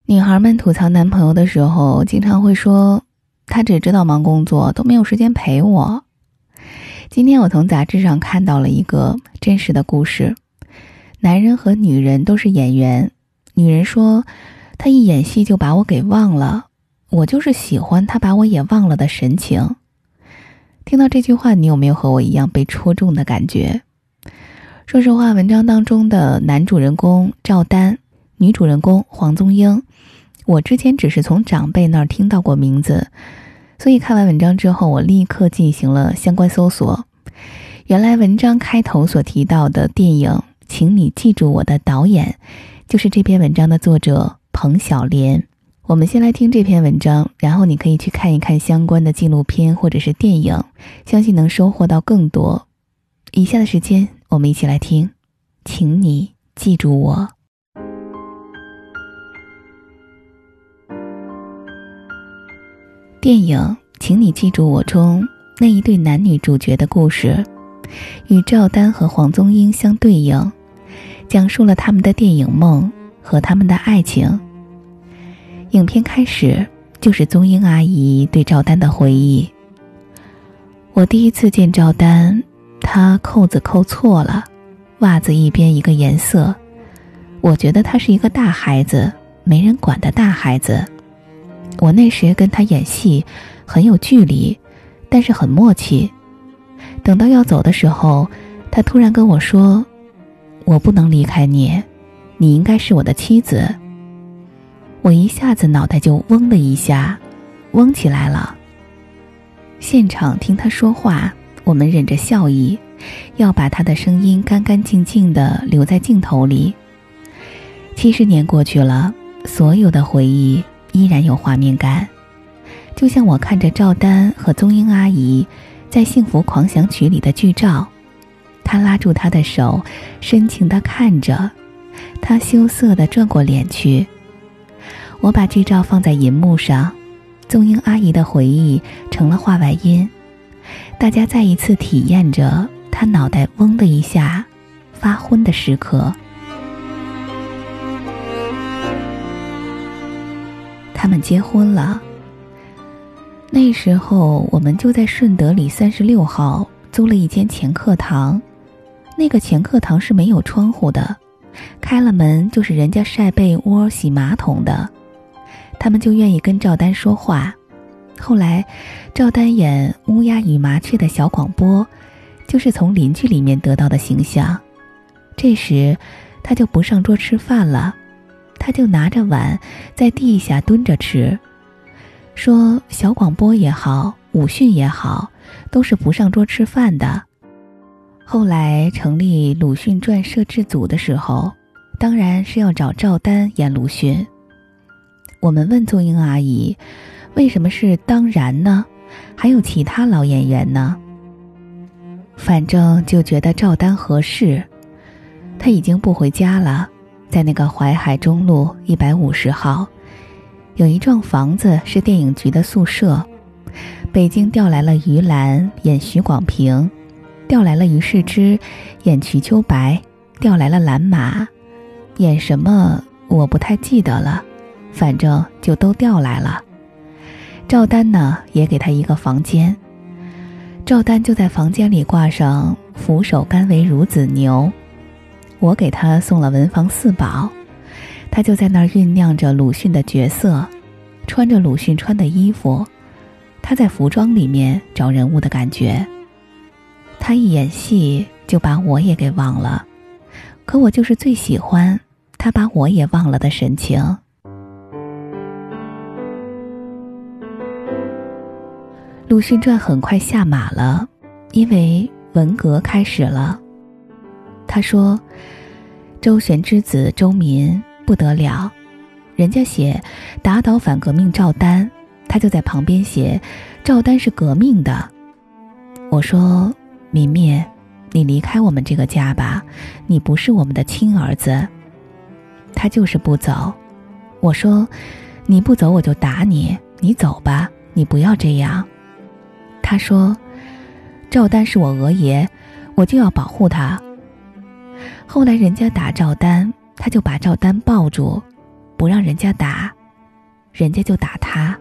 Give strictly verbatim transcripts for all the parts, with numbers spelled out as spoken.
女孩们吐槽男朋友的时候，经常会说他只知道忙工作，都没有时间陪我。今天我从杂志上看到了一个真实的故事，男人和女人都是演员。女人说，他一演戏就把我给忘了，我就是喜欢他把我也忘了的神情。听到这句话，你有没有和我一样被戳中的感觉？说实话，文章当中的男主人公赵丹，女主人公黄宗英，我之前只是从长辈那儿听到过名字，所以看完文章之后，我立刻进行了相关搜索。原来文章开头所提到的电影《请你记住我》的导演，就是这篇文章的作者彭晓莲。我们先来听这篇文章，然后你可以去看一看相关的纪录片或者是电影，相信能收获到更多。以下的时间，我们一起来听，请你记住我。电影《请你记住我》中那一对男女主角的故事，与赵丹和黄宗英相对应，讲述了他们的电影梦和他们的爱情。影片开始就是宗英阿姨对赵丹的回忆。我第一次见赵丹，她扣子扣错了，袜子一边一个颜色，我觉得她是一个大孩子，没人管的大孩子。我那时跟她演戏很有距离，但是很默契。等到要走的时候，她突然跟我说，我不能离开你，你应该是我的妻子。我一下子脑袋就嗡了一下，嗡起来了。现场听他说话，我们忍着笑意，要把他的声音干干净净地留在镜头里。七十年过去了，所有的回忆依然有画面感，就像我看着赵丹和宗英阿姨在《幸福狂想曲》里的剧照，他拉住她的手，深情地看着，他羞涩地转过脸去。我把剧照放在银幕上，宗英阿姨的回忆成了话外音，大家再一次体验着她脑袋嗡的一下发昏的时刻。他们结婚了。那时候我们就在顺德里三十六号租了一间前客堂，那个前客堂是没有窗户的，开了门就是人家晒被窝洗马桶的。他们就愿意跟赵丹说话。后来赵丹演乌鸦与麻雀的小广播，就是从邻居里面得到的形象。这时他就不上桌吃饭了，他就拿着碗在地下蹲着吃，说小广播也好，武训也好，都是不上桌吃饭的。后来成立鲁迅传摄制组的时候，当然是要找赵丹演鲁迅。我们问宗英阿姨，为什么是当然呢？还有其他老演员呢？反正就觉得赵丹合适。他已经不回家了，在那个淮海中路一百五十号，有一幢房子是电影局的宿舍。北京调来了于兰演许广平，调来了于世之演瞿秋白，调来了蓝马，演什么我不太记得了，反正就都调来了。赵丹呢，也给他一个房间。赵丹就在房间里挂上俯首甘为孺子牛。我给他送了文房四宝，他就在那儿酝酿着鲁迅的角色，穿着鲁迅穿的衣服，他在服装里面找人物的感觉。他一演戏就把我也给忘了，可我就是最喜欢他把我也忘了的神情。鲁迅传很快下马了，因为文革开始了。他说周旋之子周民不得了，人家写打倒反革命赵丹，他就在旁边写赵丹是革命的。我说民灭，你离开我们这个家吧，你不是我们的亲儿子。他就是不走。我说你不走我就打你，你走吧，你不要这样。他说赵丹是我额爷，我就要保护他。后来人家打赵丹，他就把赵丹抱住，不让人家打， 人家就打他。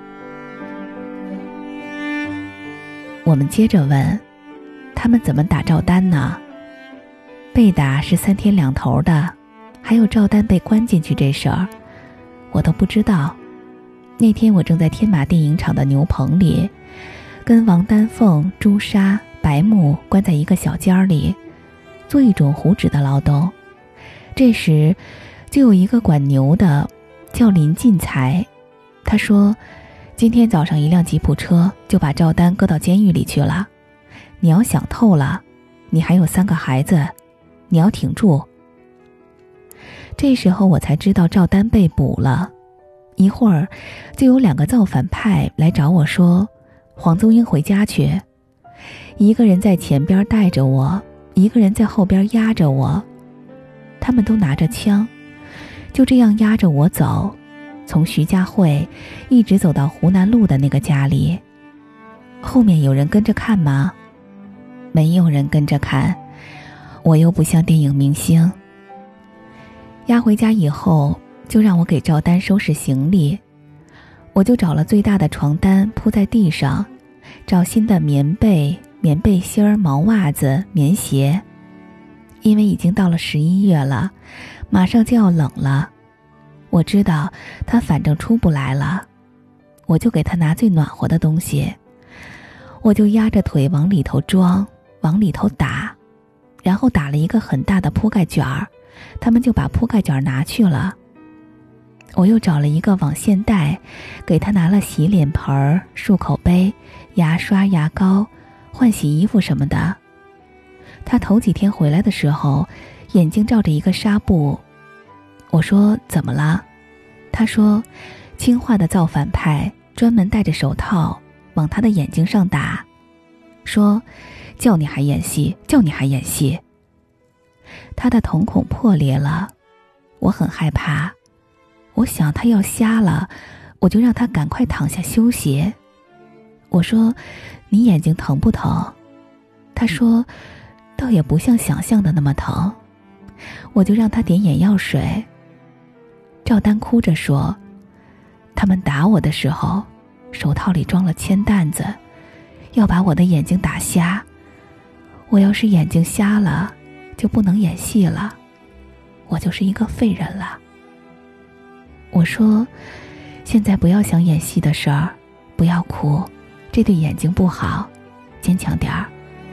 我们接着问，他们怎么打赵丹呢？被打是三天两头的，还有赵丹被关进去这事儿，我都不知道。那天我正在天马电影厂的牛棚里，跟王丹凤、朱砂、白木关在一个小间里，做一种糊纸的劳动。这时就有一个管牛的叫林进才，他说今天早上一辆吉普车就把赵丹搁到监狱里去了，你要想透了，你还有三个孩子，你要挺住。这时候我才知道赵丹被捕了，一会儿就有两个造反派来找我说黄宗英回家去，一个人在前边带着我，一个人在后边压着我，他们都拿着枪，就这样压着我走，从徐家汇一直走到湖南路的那个家里。后面有人跟着看吗？没有人跟着看，我又不像电影明星。押回家以后，就让我给赵丹收拾行李，我就找了最大的床单铺在地上，找新的棉被、棉背心儿、毛袜子、棉鞋。因为已经到了十一月了，马上就要冷了，我知道他反正出不来了，我就给他拿最暖和的东西，我就压着腿往里头装，往里头打，然后打了一个很大的铺盖卷儿，他们就把铺盖卷拿去了。我又找了一个网线袋，给他拿了洗脸盆、漱口杯、牙刷、牙膏、换洗衣服什么的。他头几天回来的时候，眼睛罩着一个纱布。我说怎么了？他说清化的造反派专门戴着手套往他的眼睛上打，说叫你还演戏，叫你还演戏。他的瞳孔破裂了，我很害怕，我想他要瞎了，我就让他赶快躺下休息。我说你眼睛疼不疼？他说倒也不像想象的那么疼。我就让他点眼药水。赵丹哭着说，他们打我的时候手套里装了铅弹子，要把我的眼睛打瞎，我要是眼睛瞎了就不能演戏了，我就是一个废人了。我说现在不要想演戏的事儿，不要哭，这对眼睛不好，坚强点儿。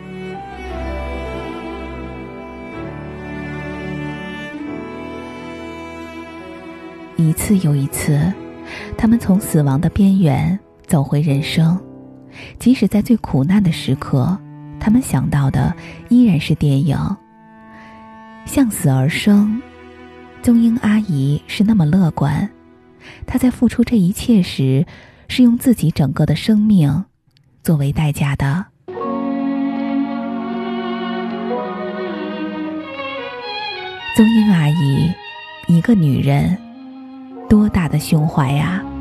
一次又一次，他们从死亡的边缘走回人生，即使在最苦难的时刻，他们想到的依然是电影。向死而生，宗英阿姨是那么乐观，她在付出这一切时，是用自己整个的生命作为代价的。宗英阿姨，一个女人，多大的胸怀呀！